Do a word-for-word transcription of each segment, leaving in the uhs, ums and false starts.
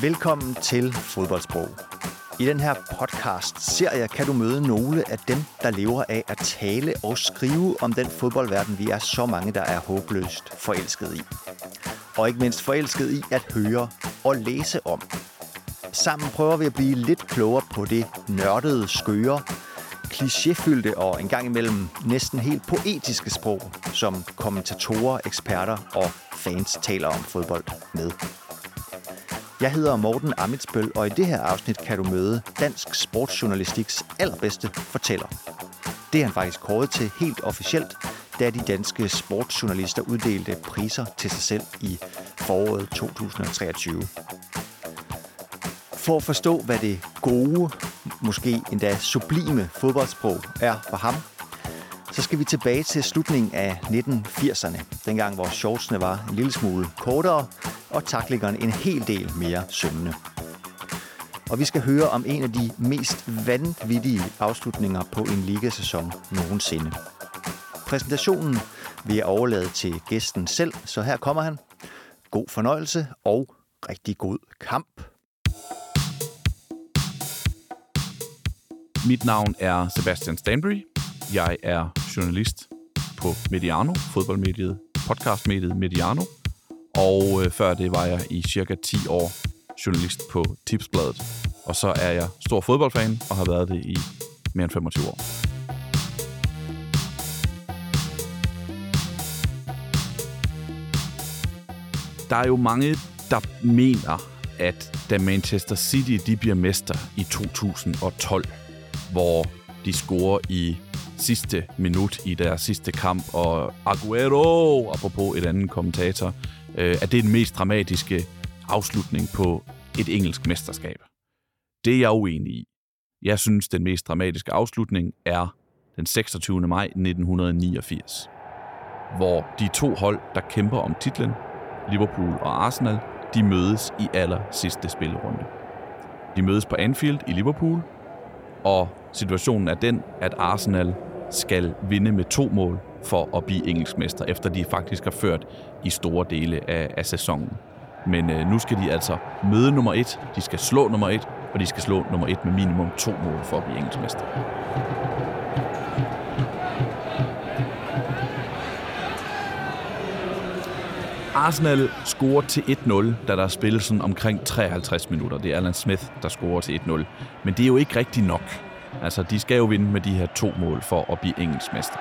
Velkommen til Fodboldsprog. I den her podcast-serie kan du møde nogle af dem, der lever af at tale og skrive om den fodboldverden, vi er så mange, der er håbløst forelsket i. Og ikke mindst forelsket i at høre og læse om. Sammen prøver vi at blive lidt klogere på det nørdede, skøre, klichéfyldte og engang imellem næsten helt poetiske sprog, som kommentatorer, eksperter og fans taler om fodbold med. Jeg hedder Morten Amitsbøl, og i det her afsnit kan du møde dansk sportsjournalistiks allerbedste fortæller. Det er han faktisk kåret til helt officielt, da de danske sportsjournalister uddelte priser til sig selv i foråret to tusind og treogtyve. For at forstå, hvad det gode, måske endda sublime fodboldsprog er for ham, så skal vi tilbage til slutningen af nitten firserne, dengang hvor shortsene var en lille smule kortere, og taklingerne en hel del mere sømmende. Og vi skal høre om en af de mest vanvittige afslutninger på en ligasæson nogensinde. Præsentationen vil jeg overlade til gæsten selv, så her kommer han. God fornøjelse og rigtig god kamp. Mit navn er Sebastian Stanbury. Jeg er journalist på Mediano, fodboldmediet, podcastmediet Mediano. Og øh, før det var jeg i cirka ti år journalist på Tipsbladet. Og så er jeg stor fodboldfan og har været det i mere end femogtyve år. Der er jo mange, der mener, at da Manchester City de bliver mester i to tusind og tolv, hvor de scorer i sidste minut i deres sidste kamp, og Aguero, apropos et andet kommentator, øh, at det er den mest dramatiske afslutning på et engelsk mesterskab. Det er jeg uenig i. Jeg synes, den mest dramatiske afslutning er den seksogtyvende maj nitten niogfirs, hvor de to hold, der kæmper om titlen, Liverpool og Arsenal, de mødes i aller sidste spillerunde. De mødes på Anfield i Liverpool, og situationen er den, at Arsenal skal vinde med to mål for at blive engelskmester, efter de faktisk har ført i store dele af, af sæsonen. Men øh, nu skal de altså møde nummer et, de skal slå nummer et, og de skal slå nummer et med minimum to mål for at blive engelskmester. Arsenal scorer til et nul, da der er spillet sådan omkring treoghalvtreds minutter. Det er Alan Smith, der scorer til et nul. Men det er jo ikke rigtig nok. Altså, de skal jo vinde med de her to mål for at blive engelskmester.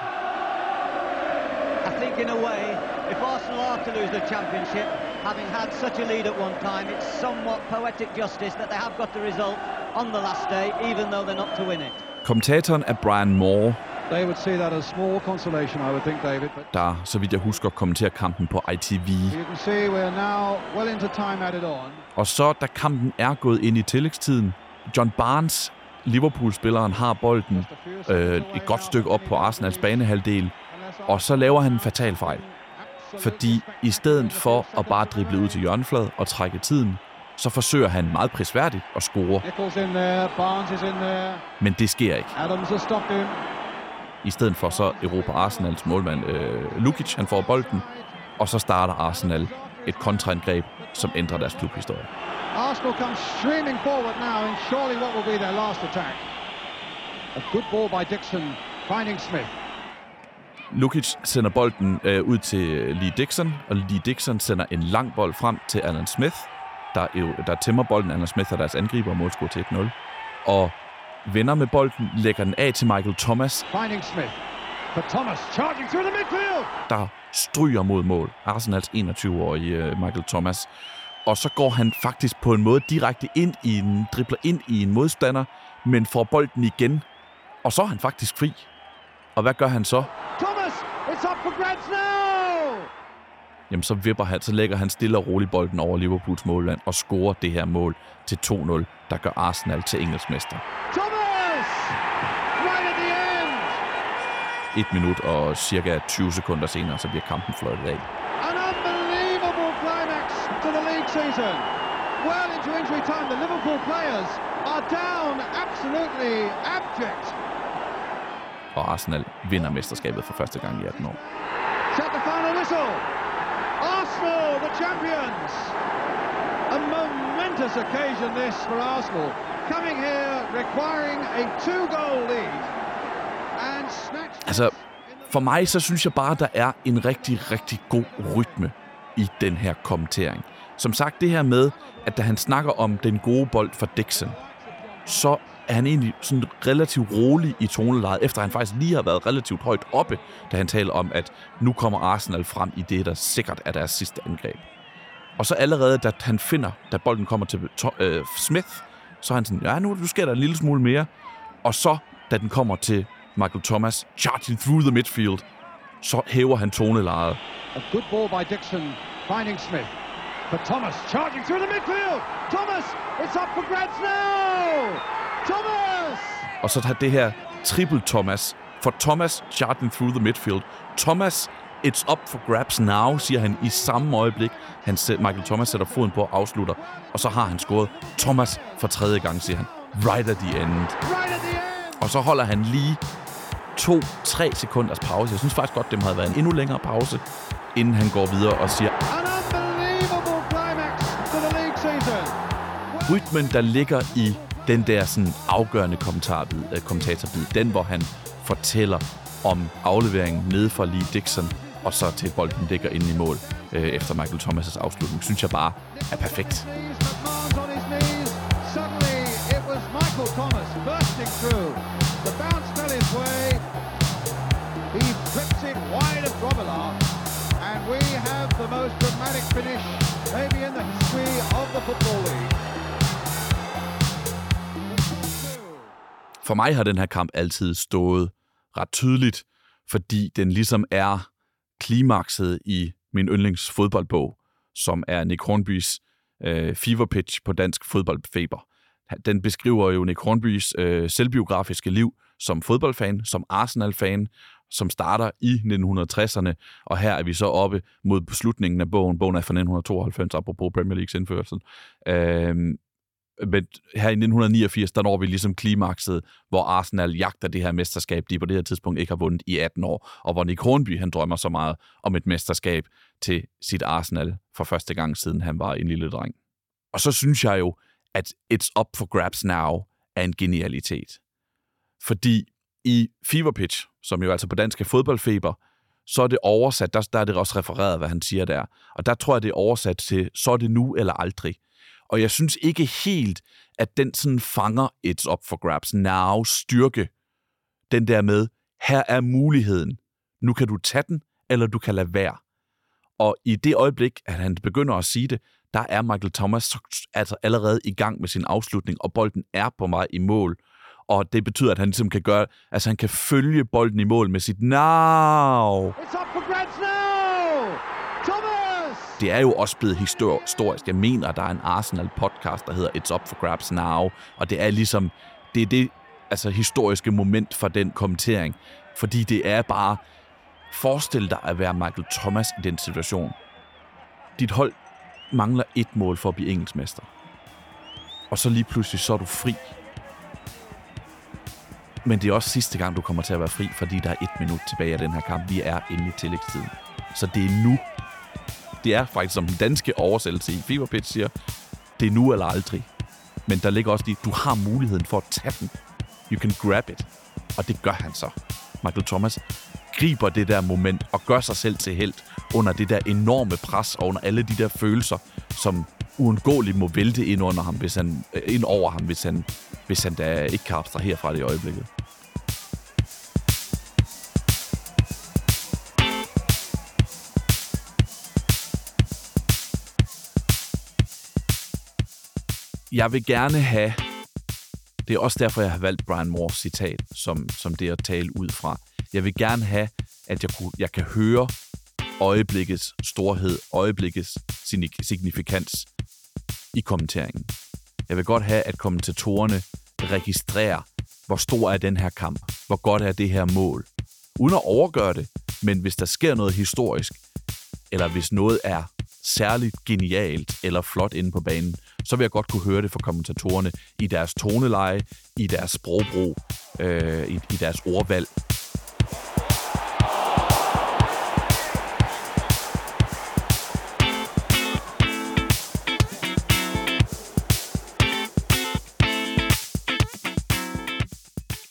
I think in a way, if Arsenal are to lose the championship, having had such a lead at one time, it's somewhat poetic justice that they have got the result on the last day, even though they're not to win it. Kommentatoren er Brian Moore. They would see that as small consolation, I would think, David. But der, så vidt jeg husker, kommenterer kampen på I T V. You can see we're now well into time added on. Og så, da kampen er gået ind i tillægstiden, John Barnes, Liverpool-spilleren, har bolden øh, et godt stykke op på Arsenals banehalvdel, og så laver han en fatal fejl. Fordi i stedet for at bare drible ud til hjørneflad og trække tiden, så forsøger han meget prisværdigt at score. Men det sker ikke. I stedet for så Europa Arsenals målmand øh, Lukic, han får bolden, og så starter Arsenal et kontraangreb, som ændrer deres klubhistorie. Arsenal comes streaming forward now in surely what will be their last attack. A good ball by Dixon, finding Smith. Lukic sender bolden øh, ud til Lee Dixon, og Lee Dixon sender en lang bold frem til Alan Smith, der, der tæmmer bolden. Alan Smith er deres angriber og målscorer til et nul. Og vender med bolden, lægger den af til Michael Thomas, finding Smith. For Thomas charging through the midfield. Der stryger mod mål. Arsenals enogtyve-årige uh, Michael Thomas. Og så går han faktisk på en måde direkte ind i en, dribler ind i en modstander, men får bolden igen. Og så er han faktisk fri. Og hvad gør han så? Thomas, it's up for grabs now! Jamen så vipper han, så lægger han stille og roligt bolden over Liverpools målmand og scorer det her mål til to nul, der gør Arsenal til engelskmester. Thomas! Right at the end! Et minut og cirka tyve sekunder senere, så bliver kampen fløjtet af. An unbelievable climax to the league season. Well into injury time, the Liverpool players are down absolutely abject. Og Arsenal vinder mesterskabet for første gang i atten år. Set the final whistle. Arsenal, the champions. A momentous occasion this for Arsenal. Coming here, requiring a two-goal lead. And snatched... Altså, for mig så synes jeg bare, der er en rigtig, rigtig god rytme i den her kommentering. Som sagt, det her med, at da han snakker om den gode bold for Dixon, så er han egentlig sådan relativt rolig i tonelejet, efter han faktisk lige har været relativt højt oppe, da han taler om, at nu kommer Arsenal frem i det, der sikkert er deres sidste angreb. Og så allerede, da han finder, da bolden kommer til øh, Smith, så er han sådan, ja, nu, nu sker der en lille smule mere. Og så, da den kommer til Michael Thomas, charging through the midfield, så hæver han tonelejet. A good ball by Dixon, finding Smith. For Thomas, charging through the midfield. Thomas, it's up for grabs now. Thomas! Og så tager det her triple Thomas, for Thomas charging through the midfield. Thomas, it's up for grabs now, siger han i samme øjeblik. Han, Michael Thomas sætter foden på og afslutter, og så har han scoret. Thomas for tredje gang, siger han. Right at the end. Right at the end. Og så holder han lige to, tre sekunders pause. Jeg synes faktisk godt, det havde været en endnu længere pause, inden han går videre og siger... An unbelievable climax to the league season. Rytmen, der ligger i den der sådan afgørende kommentarbid, øh, kommentatorbid, den hvor han fortæller om afleveringen nede fra Lee Dixon, og så til bolden ligger inde i mål øh, efter Michael Thomas' afslutning, synes jeg bare er perfekt. Michael Thomas bursting through. The bounce fell his way. He flipped it wide of Grobbelaar. And we have the most dramatic finish maybe in the history of the Football League. For mig har den her kamp altid stået ret tydeligt, fordi den ligesom er klimakset i min yndlingsfodboldbog, som er Nick Hornbys øh, Fever Pitch på dansk fodboldfeber. Den beskriver jo Nick Hornbys øh, selvbiografiske liv som fodboldfan, som Arsenal-fan, som starter i nitten tresserne, og her er vi så oppe mod slutningen af bogen. Bogen er fra nitten tooghalvfems, apropos Premier Leagues indførsel. Øh, men her i nitten niogfirs, der når vi ligesom klimakset, hvor Arsenal jagter det her mesterskab, de på det her tidspunkt ikke har vundet i atten år, og hvor Nick Hornby, han drømmer så meget om et mesterskab til sit Arsenal for første gang, siden han var en lille dreng. Og så synes jeg jo, at It's Up for Grabs Now er en genialitet. Fordi i Fever Pitch, som jo altså på dansk er fodboldfeber, så er det oversat, der, der er det også refereret, hvad han siger der. Og der tror jeg, det er oversat til, så er det nu eller aldrig. Og jeg synes ikke helt, at den sådan fanger It's Up for Grabs Now styrke. Den der med, her er muligheden. Nu kan du tage den, eller du kan lade være. Og i det øjeblik, at han begynder at sige det, der er Michael Thomas altså allerede i gang med sin afslutning, og bolden er på vej i mål. Og det betyder, at han ligesom kan gøre, altså han kan følge bolden i mål med sit now. It's up for grabs now! Thomas! Det er jo også blevet historisk. Jeg mener, at der er en Arsenal-podcast, der hedder It's Up for Grabs Now, og det er ligesom, det er det altså, historiske moment for den kommentering. Fordi det er bare, forestil dig at være Michael Thomas i den situation. Dit hold mangler et mål for at blive engelskmester. Og så lige pludselig, så er du fri. Men det er også sidste gang, du kommer til at være fri, fordi der er et minut tilbage af den her kamp. Vi er inde i tillægstiden. Så det er nu. Det er faktisk, som den danske oversættelse i Fever Pitch siger, det er nu eller aldrig. Men der ligger også lige, du har muligheden for at tage den. You can grab it. Og det gør han så. Michael Thomas griber det der moment og gør sig selv til helt under det der enorme pres og under alle de der følelser, som uundgåeligt må vælte ind, under ham, hvis han, ind over ham, hvis han, hvis han da ikke kan abstrahere fra det i øjeblikket. Jeg vil gerne have, det er også derfor, jeg har valgt Brian Moores citat, som, som det at tale ud fra. Jeg vil gerne have, at jeg, kunne, jeg kan høre øjeblikkets storhed, øjeblikkets signifikans i kommenteringen. Jeg vil godt have, at kommentatorerne registrerer, hvor stor er den her kamp, hvor godt er det her mål. Uden at overgøre det, men hvis der sker noget historisk, eller hvis noget er særligt genialt eller flot inde på banen, så vil jeg godt kunne høre det fra kommentatorerne i deres toneleje, i deres sprogbrug, øh, i, i deres ordvalg.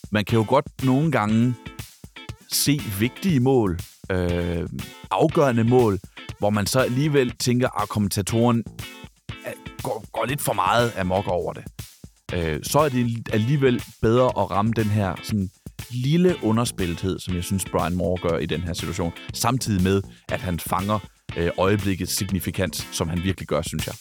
man kan jo godt nogle gange se vigtige mål, øh, afgørende mål, hvor man så alligevel tænker, at kommentatoren går, går lidt for meget amok over det. Øh, så er det alligevel bedre at ramme den her sådan lille underspillethed, som jeg synes, Brian Moore gør i den her situation, samtidig med, at han fanger øh, øjeblikkets signifikans, som han virkelig gør, synes jeg.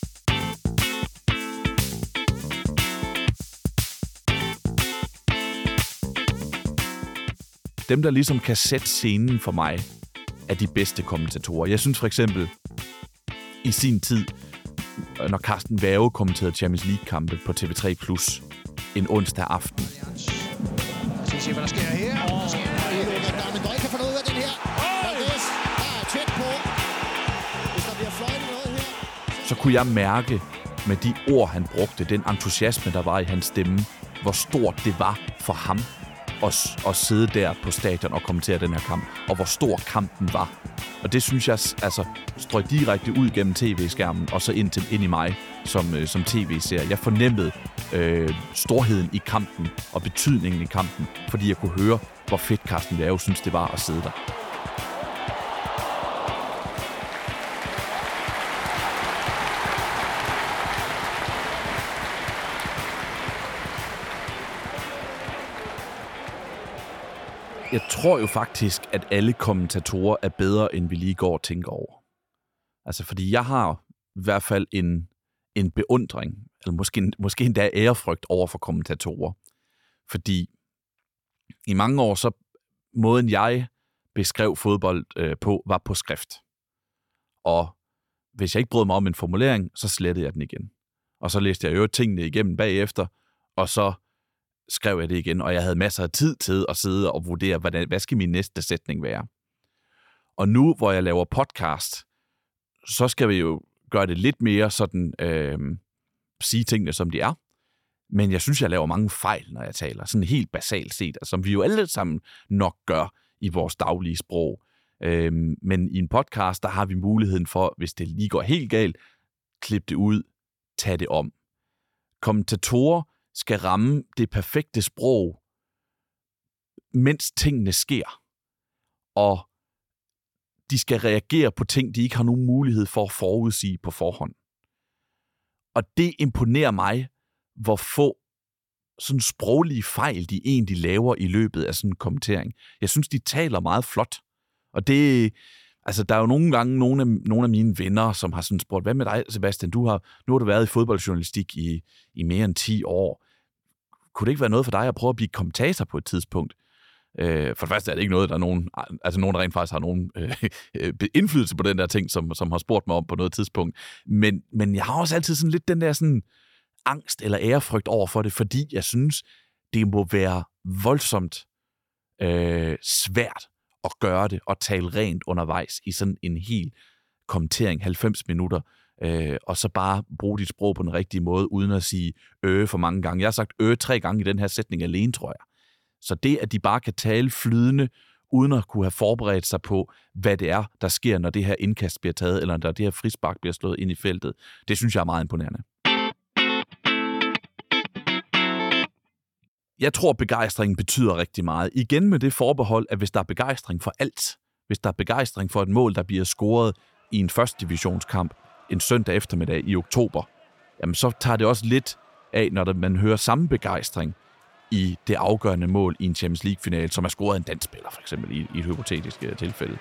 Dem, der ligesom kan sætte scenen for mig, er de bedste kommentatorer. Jeg synes for eksempel, i sin tid, når Carsten Werge kommenterede Champions League-kampe på T V tre plus en onsdag aften. Skal vi se, hvad der sker her? Der sker der, men Gøj kan få noget ud af den her. Valdez, der er tæt på. Hvis der bliver fløjtet noget her. Så kunne jeg mærke med de ord, han brugte, den entusiasme, der var i hans stemme, hvor stort det var for ham at, at sidde der på stadion og kommentere den her kamp, og hvor stor kampen var. Og det synes jeg altså strøg direkte ud gennem tv-skærmen, og så ind, til, ind i mig som, øh, som tv-seer. Jeg fornemmede øh, storheden i kampen og betydningen i kampen, fordi jeg kunne høre, hvor fedt Carsten Werge synes, det var at sidde der. Jeg tror jo faktisk, at alle kommentatorer er bedre, end vi lige går og tænker over. Altså, fordi jeg har i hvert fald en, en beundring, eller måske, måske endda ærefrygt over for kommentatorer. Fordi i mange år, så måden jeg beskrev fodbold øh, på, var på skrift. Og hvis jeg ikke brød mig om en formulering, så slettede jeg den igen. Og så læste jeg jo tingene igennem bagefter, og så skrev jeg det igen, og jeg havde masser af tid til at sidde og vurdere, hvad, hvad skal min næste sætning være. Og nu, hvor jeg laver podcast, så skal vi jo gøre det lidt mere sådan, øh, sige tingene, som de er. Men jeg synes, jeg laver mange fejl, når jeg taler, sådan helt basalt set, som vi jo alle sammen nok gør i vores daglige sprog. Øh, men i en podcast, der har vi muligheden for, hvis det lige går helt galt, klippe det ud, tage det om. Kommentatorer skal ramme det perfekte sprog, mens tingene sker. Og de skal reagere på ting, de ikke har nogen mulighed for at forudsige på forhånd. Og det imponerer mig, hvor få sådan sproglige fejl, de egentlig laver i løbet af sådan en kommentering. Jeg synes, de taler meget flot. Og det, altså, der er jo nogle gange nogle af, nogle af mine venner, som har sådan spurgt, hvad med dig, Sebastian? Du har, nu har du været i fodboldjournalistik i, i mere end ti år. Kunne det ikke være noget for dig at prøve at blive kommentator på et tidspunkt? Øh, for det første er det ikke noget, der er nogen, altså nogen, der rent faktisk har nogen øh, indflydelse på den der ting, som, som har spurgt mig om på noget tidspunkt. Men, men jeg har også altid sådan lidt den der sådan angst eller ærefrygt over for det, fordi jeg synes, det må være voldsomt øh, svært at gøre det og tale rent undervejs i sådan en hel kommentering, halvfems minutter, øh, og så bare bruge dit sprog på den rigtige måde, uden at sige øh for mange gange. Jeg har sagt øh tre gange i den her sætning alene, tror jeg. Så det, at de bare kan tale flydende, uden at kunne have forberedt sig på, hvad det er, der sker, når det her indkast bliver taget, eller når det her frispark bliver slået ind i feltet, det synes jeg er meget imponerende. Jeg tror, begejstringen betyder rigtig meget. Igen med det forbehold, at hvis der er begejstring for alt, hvis der er begejstring for et mål, der bliver scoret i en første divisionskamp en søndag eftermiddag i oktober, jamen så tager det også lidt af, når man hører samme begejstring i det afgørende mål i en Champions League-finale, som er scoret af en dansk spiller, for eksempel, i, i et hypotetisk uh, tilfælde.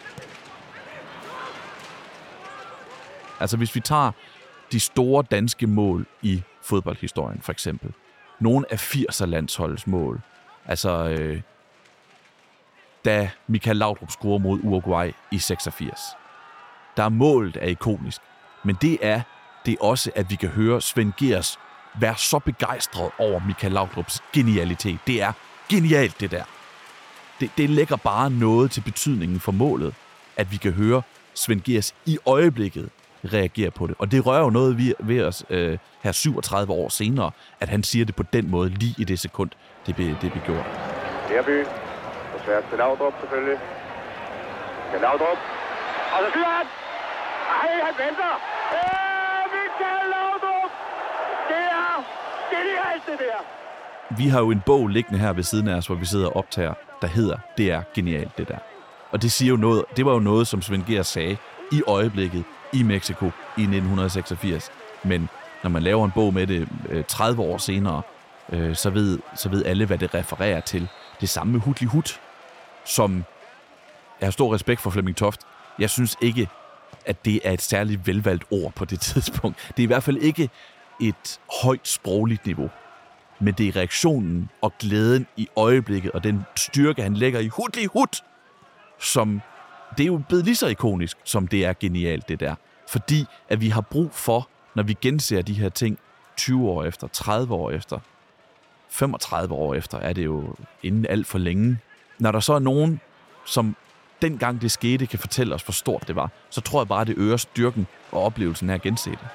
Altså hvis vi tager de store danske mål i fodboldhistorien, for eksempel, nogle af firser-landsholdets mål, altså øh, da Michael Laudrup scorer mod Uruguay i seksogfirs. Der er målet er ikonisk, men det er det også, at vi kan høre Svend Gehrs være så begejstret over Michael Laudrups genialitet. Det er genialt, det der. Det, det lægger bare noget til betydningen for målet, at vi kan høre Svend Gehrs i øjeblikket reagere på det. Og det rører jo noget ved, ved os øh, her syvogtredive år senere, at han siger det på den måde, lige i det sekund, det blev, det blev gjort. Derby. Så svært til Laudrup, selvfølgelig. Til Laudrup. Og så skyder han! Ej, han venter! Øh, Michael Laudrup! Det er genialt, det der! vi har jo en bog liggende her ved siden af os, hvor vi sidder og optager, der hedder, det er genialt det der. Og det siger jo noget, det var jo noget, som Svend Gehrs sagde i øjeblikket i Mexico i nitten seksogfirs. Men når man laver en bog med det tredive år senere, øh, så, ved, så ved alle, hvad det refererer til. Det samme med Hutli Hut, som jeg har stor respekt for Flemming Toft. Jeg synes ikke, at det er et særligt velvalgt ord på det tidspunkt. Det er i hvert fald ikke et højt sprogligt niveau. Men det er reaktionen og glæden i øjeblikket, og den styrke, han lægger i Hutli Hut, som det er jo blevet lige så ikonisk, som det er genialt, det der. Fordi at vi har brug for, når vi genser de her ting tyve år efter, tredive år efter, femogtredive år efter, er det jo inden alt for længe. Når der så er nogen, som dengang det skete, kan fortælle os, hvor stort det var, så tror jeg bare, det øger styrken og oplevelsen af at gense det.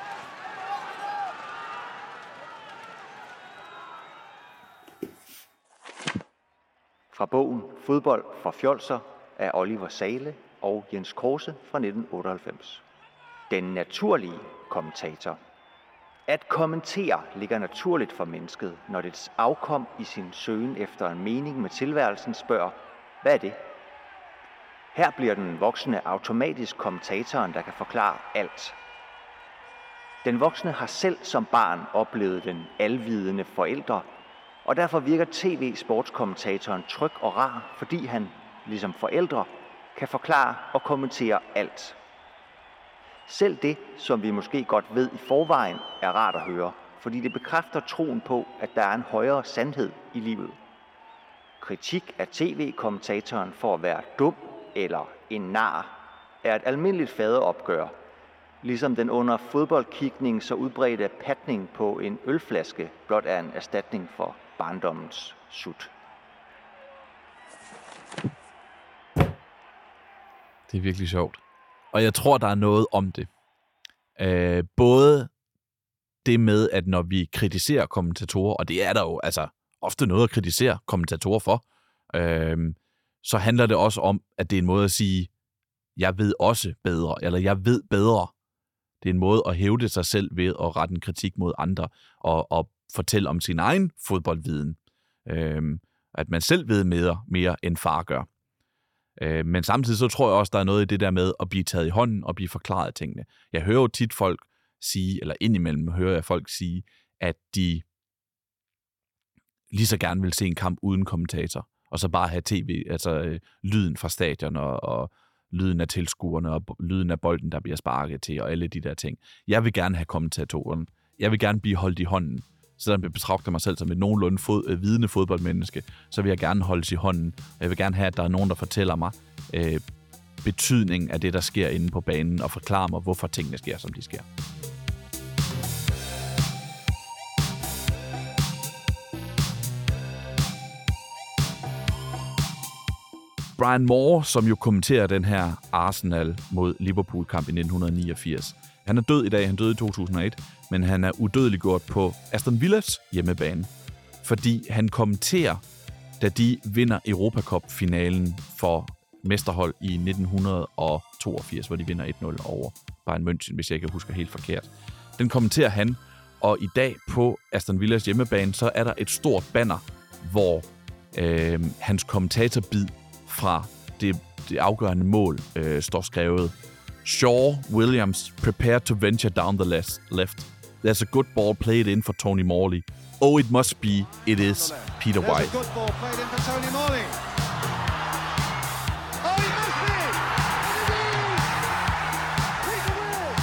Fra bogen Fodbold for fjolser af Oliver Zahle og Jens Korse fra nitten otteoghalvfems. Den naturlige kommentator. At kommentere ligger naturligt for mennesket, når dets afkom i sin søgen efter en mening med tilværelsen spørger, hvad er det? Her bliver den voksne automatisk kommentatoren, der kan forklare alt. Den voksne har selv som barn oplevet den alvidende forældre, og derfor virker tv-sportskommentatoren tryg og rar, fordi han, ligesom forældre, kan forklare og kommentere alt. Selv det, som vi måske godt ved i forvejen, er rart at høre, fordi det bekræfter troen på, at der er en højere sandhed i livet. Kritik af tv-kommentatoren for at være dum eller en nar er et almindeligt faderopgør, ligesom den under fodboldkigning så udbredte patning på en ølflaske blot er en erstatning for barndommens sut. Det er virkelig sjovt. Og jeg tror, der er noget om det. Øh, både det med, at når vi kritiserer kommentatorer, og det er der jo altså ofte noget at kritisere kommentatorer for, øh, så handler det også om, at det er en måde at sige, jeg ved også bedre, eller jeg ved bedre. Det er en måde at hævde sig selv ved at rette en kritik mod andre, og, og fortælle om sin egen fodboldviden. Øh, at man selv ved mere, mere end far gør. Øh, men samtidig så tror jeg også, der er noget i det der med at blive taget i hånden og blive forklaret tingene. Jeg hører jo tit folk sige, eller indimellem hører jeg folk sige, at de lige så gerne vil se en kamp uden kommentator, og så bare have tv, altså øh, lyden fra stadion, og, og lyden af tilskuerne, og lyden af bolden, der bliver sparket til, og alle de der ting. Jeg vil gerne have kommentatoren. Jeg vil gerne blive holdt i hånden. Selvom jeg betragter mig selv som et nogenlunde fod, øh, vidende fodboldmenneske, så vil jeg gerne holdes i hånden. Jeg vil gerne have, at der er nogen, der fortæller mig øh, betydningen af det, der sker inde på banen, og forklarer mig, hvorfor tingene sker, som de sker. Brian Moore, som jo kommenterer den her Arsenal mod Liverpool-kamp i nitten niogfirs. Han er død i dag, han døde i to tusind og et, men han er udødeliggjort på Aston Villas hjemmebane, fordi han kommenterer, da de vinder Europa Cup-finalen for mesterhold i nitten toogfirs, hvor de vinder et nul over Bayern München, hvis jeg ikke husker helt forkert. Den kommenterer han, og i dag på Aston Villas hjemmebane, så er der et stort banner, hvor øh, hans kommentatorbid fra det, det afgørende mål øh, står skrevet: Shaw, Williams, prepare to venture down the left. There's a good ball played in for Tony Morley. Oh, it must be, it is Peter White. There's a good ball played in for Tony Morley. Oh, it must be! Peter White!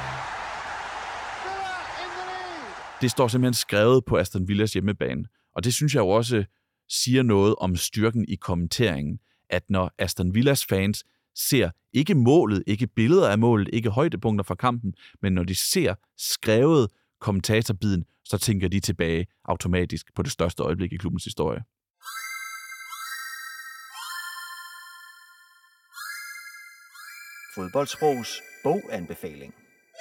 Villa in the lead! Det står simpelthen skrevet på Aston Villas hjemmebane. Og det synes jeg jo også siger noget om styrken i kommenteringen, at når Aston Villas fans ser ikke målet, ikke billeder af målet, ikke højdepunkter fra kampen, men når de ser skrevet kommentatorbiden, så tænker de tilbage automatisk på det største øjeblik i klubbens historie. Fodboldsprogs boganbefaling.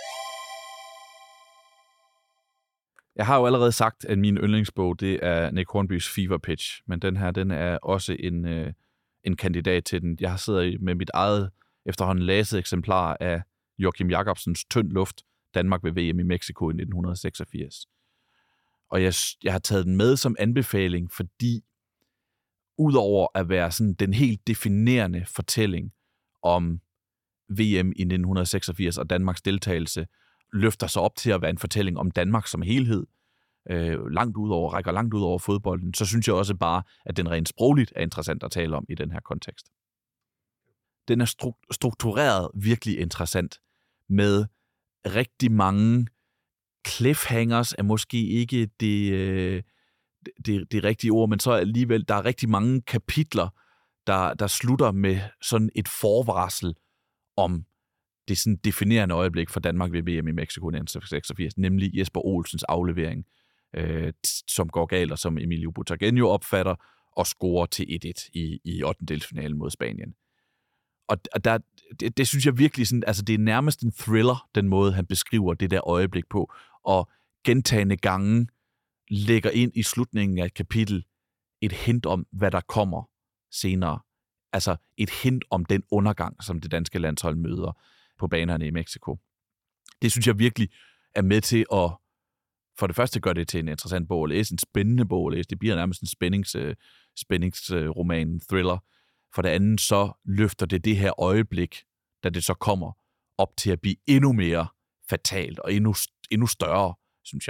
Jeg har jo allerede sagt, at min yndlingsbog, det er Nick Hornbys Fever Pitch, men den her, den er også en, øh, en kandidat til den. Jeg har siddet med mit eget efterhånden læset eksemplar af Joachim Jacobsens Tynd Luft, Danmark ved V M i Mexico i nitten seksogfirs. Og jeg, jeg har taget den med som anbefaling, fordi udover at være sådan den helt definerende fortælling om V M i nitten seksogfirs og Danmarks deltagelse, løfter sig op til at være en fortælling om Danmark som helhed, øh, langt ud over, rækker langt ud over fodbolden, så synes jeg også bare, at den rent sprogligt er interessant at tale om i den her kontekst. Den er stru- struktureret virkelig interessant med rigtig mange cliffhangers, er måske ikke det, øh, det, det rigtige ord, men så alligevel, der er rigtig mange kapitler, der, der slutter med sådan et forvarsel om det sådan definerende øjeblik for Danmark ved V M i Mexico nitten seksogfirs, nemlig Jesper Olsens aflevering, øh, som går galt, og som Emilio Butragueño opfatter, og scorer til et et i, i ottendedelsfinalen mod Spanien. Og der, det, det synes jeg virkelig, sådan, altså det er nærmest en thriller, den måde, han beskriver det der øjeblik på, og gentagende gange lægger ind i slutningen af et kapitel et hint om, hvad der kommer senere. Altså et hint om den undergang, som det danske landshold møder på banerne i Mexico. Det synes jeg virkelig er med til at, for det første gør det til en interessant bog at læse, en spændende bog at læse. Det bliver nærmest en spændings, spændingsroman, thriller. For det andet så løfter det det her øjeblik, da det så kommer, op til at blive endnu mere fatalt og endnu, endnu større, synes jeg.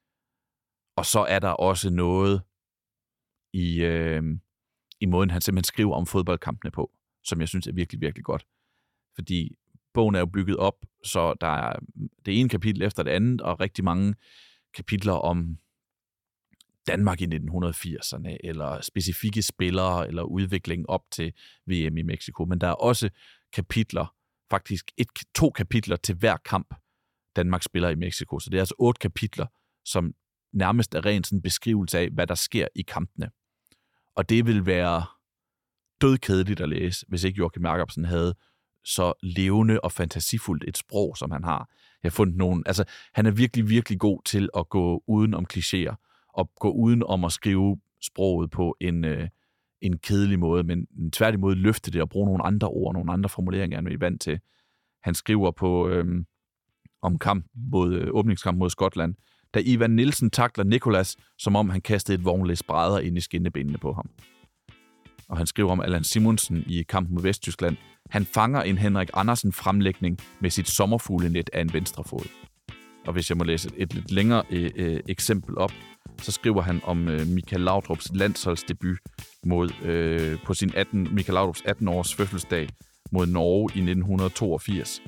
Og så er der også noget i, øh, i måden, han simpelthen skriver om fodboldkampene på, som jeg synes er virkelig, virkelig godt. Fordi bogen er jo bygget op, så der er det ene kapitel efter det andet, og rigtig mange kapitler om Danmark i nitten firserne, eller specifikke spillere, eller udvikling op til V M i Mexico. Men der er også kapitler, faktisk et, to kapitler til hver kamp, Danmark spiller i Mexico. Så det er altså otte kapitler, som nærmest er rent sådan en beskrivelse af, hvad der sker i kampene. Og det vil være dødkedeligt at læse, hvis ikke Joachim Jacobsen havde så levende og fantasifuldt et sprog, som han har. Jeg har fundet nogen, altså han er virkelig, virkelig god til at gå uden om klichéer, og gå uden om at skrive sproget på en, øh, en kedelig måde, men tværtimod løfte det og bruge nogle andre ord, nogle andre formuleringer, end vi er vant til. Han skriver på øh, om kamp mod, øh, åbningskamp mod Skotland, da Ivan Nielsen takler Nicolas, som om han kastede et vognlæs brædder ind i skinnebenene på ham. Og han skriver om Allan Simonsen i kampen mod Vesttyskland. Han fanger en Henrik Andersen fremlægning med sit sommerfuglenet af en venstre fod. Og hvis jeg må læse et lidt længere øh, øh, eksempel op, så skriver han om øh, Michael Laudrups landsholdsdebut mod, øh, på sin atten, Michael Laudrups atten-års fødselsdag mod Norge i nitten toogfirs.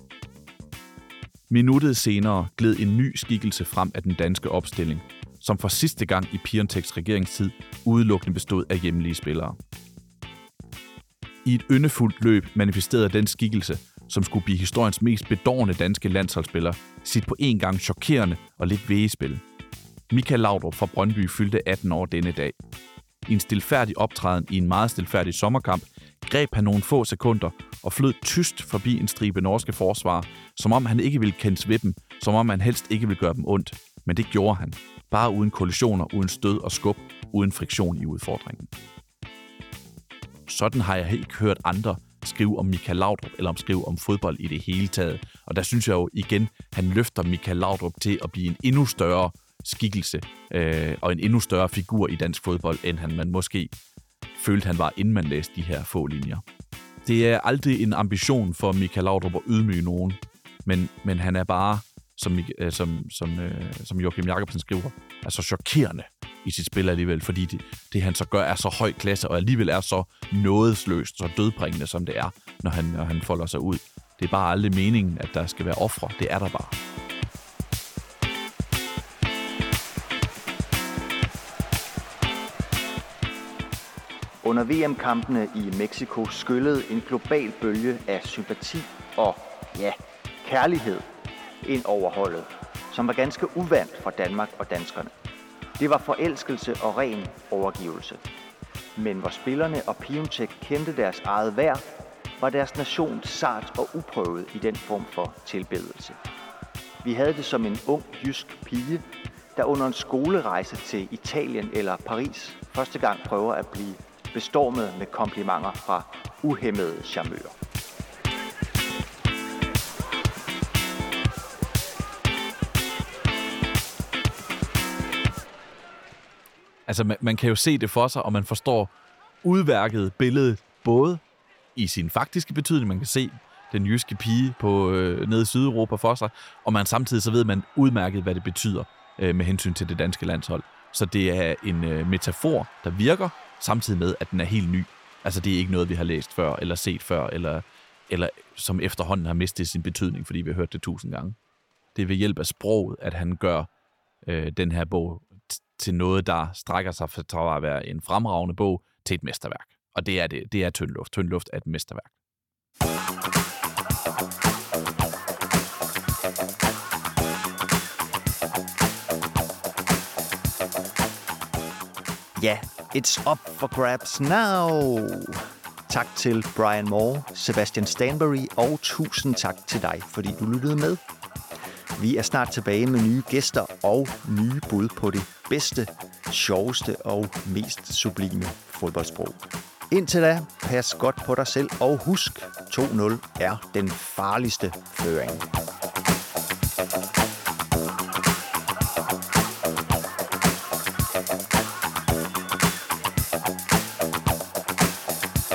Minuttet senere gled en ny skikkelse frem af den danske opstilling, som for sidste gang i Piontecs regeringstid udelukkende bestod af hjemlige spillere. I et yndefuldt løb manifesterede den skikkelse, som skulle blive historiens mest bedårende danske landsholdsspiller, sit på en gang chokerende og lidt vægespil. Michael Laudrup fra Brøndby fyldte atten år denne dag. I en stilfærdig optræden i en meget stilfærdig sommerkamp greb han nogle få sekunder og flød tyst forbi en stribe norske forsvar, som om han ikke ville kendes ved dem, som om han helst ikke ville gøre dem ondt. Men det gjorde han. Bare uden kollisioner, uden stød og skub, uden friktion i udfordringen. Sådan har jeg ikke hørt andre skrive om Michael Laudrup, eller om skrive om fodbold i det hele taget. Og der synes jeg jo igen, han løfter Michael Laudrup til at blive en endnu større skikkelse, øh, og en endnu større figur i dansk fodbold, end han man måske følte, han var, inden man læste de her få linjer. Det er aldrig en ambition for Michael Laudrup at ydmyge nogen, men, men han er bare, som, øh, som, som, øh, som Joachim Jacobsen skriver, altså chokerende i sit spil alligevel, fordi det, det han så gør er så høj klasse, og alligevel er så nådesløst, så dødbringende, som det er, når han, når han folder sig ud. Det er bare aldrig meningen, at der skal være ofre. Det er der bare. Under V M-kampene i Mexico skyllede en global bølge af sympati og, ja, kærlighed ind over holdet, som var ganske uvant fra Danmark og danskerne. Det var forelskelse og ren overgivelse. Men hvor spillerne og Piontech kendte deres eget værd, var deres nation sart og uprøvet i den form for tilbedelse. Vi havde det som en ung jysk pige, der under en skolerejse til Italien eller Paris første gang prøver at blive bestormet med komplimenter fra uhæmmede charmører. Altså, man, man kan jo se det for sig, og man forstår udværket billedet, både i sin faktiske betydning, man kan se den jyske pige på, øh, nede i Sydeuropa for sig, og man samtidig så ved man udmærket, hvad det betyder øh, med hensyn til det danske landshold. Så det er en øh, metafor, der virker, samtidig med, at den er helt ny. Altså, det er ikke noget, vi har læst før, eller set før, eller, eller som efterhånden har mistet sin betydning, fordi vi har hørt det tusind gange. Det er ved hjælp af sproget, at han gør øh, den her bog t- til noget, der strækker sig fra at være en fremragende bog til et mesterværk. Og det er det. Det er Tynd luft. Tynd luft er et mesterværk. Ja, it's up for grabs now. Tak til Brian Moore, Sebastian Stanbury, og tusind tak til dig, fordi du lyttede med. Vi er snart tilbage med nye gæster og nye bud på det bedste, sjoveste og mest sublime fodboldsprog. Indtil da, pas godt på dig selv, og husk, to nul er den farligste føring.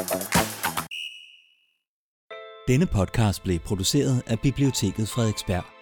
Denne podcast blev produceret af Biblioteket Frederiksberg.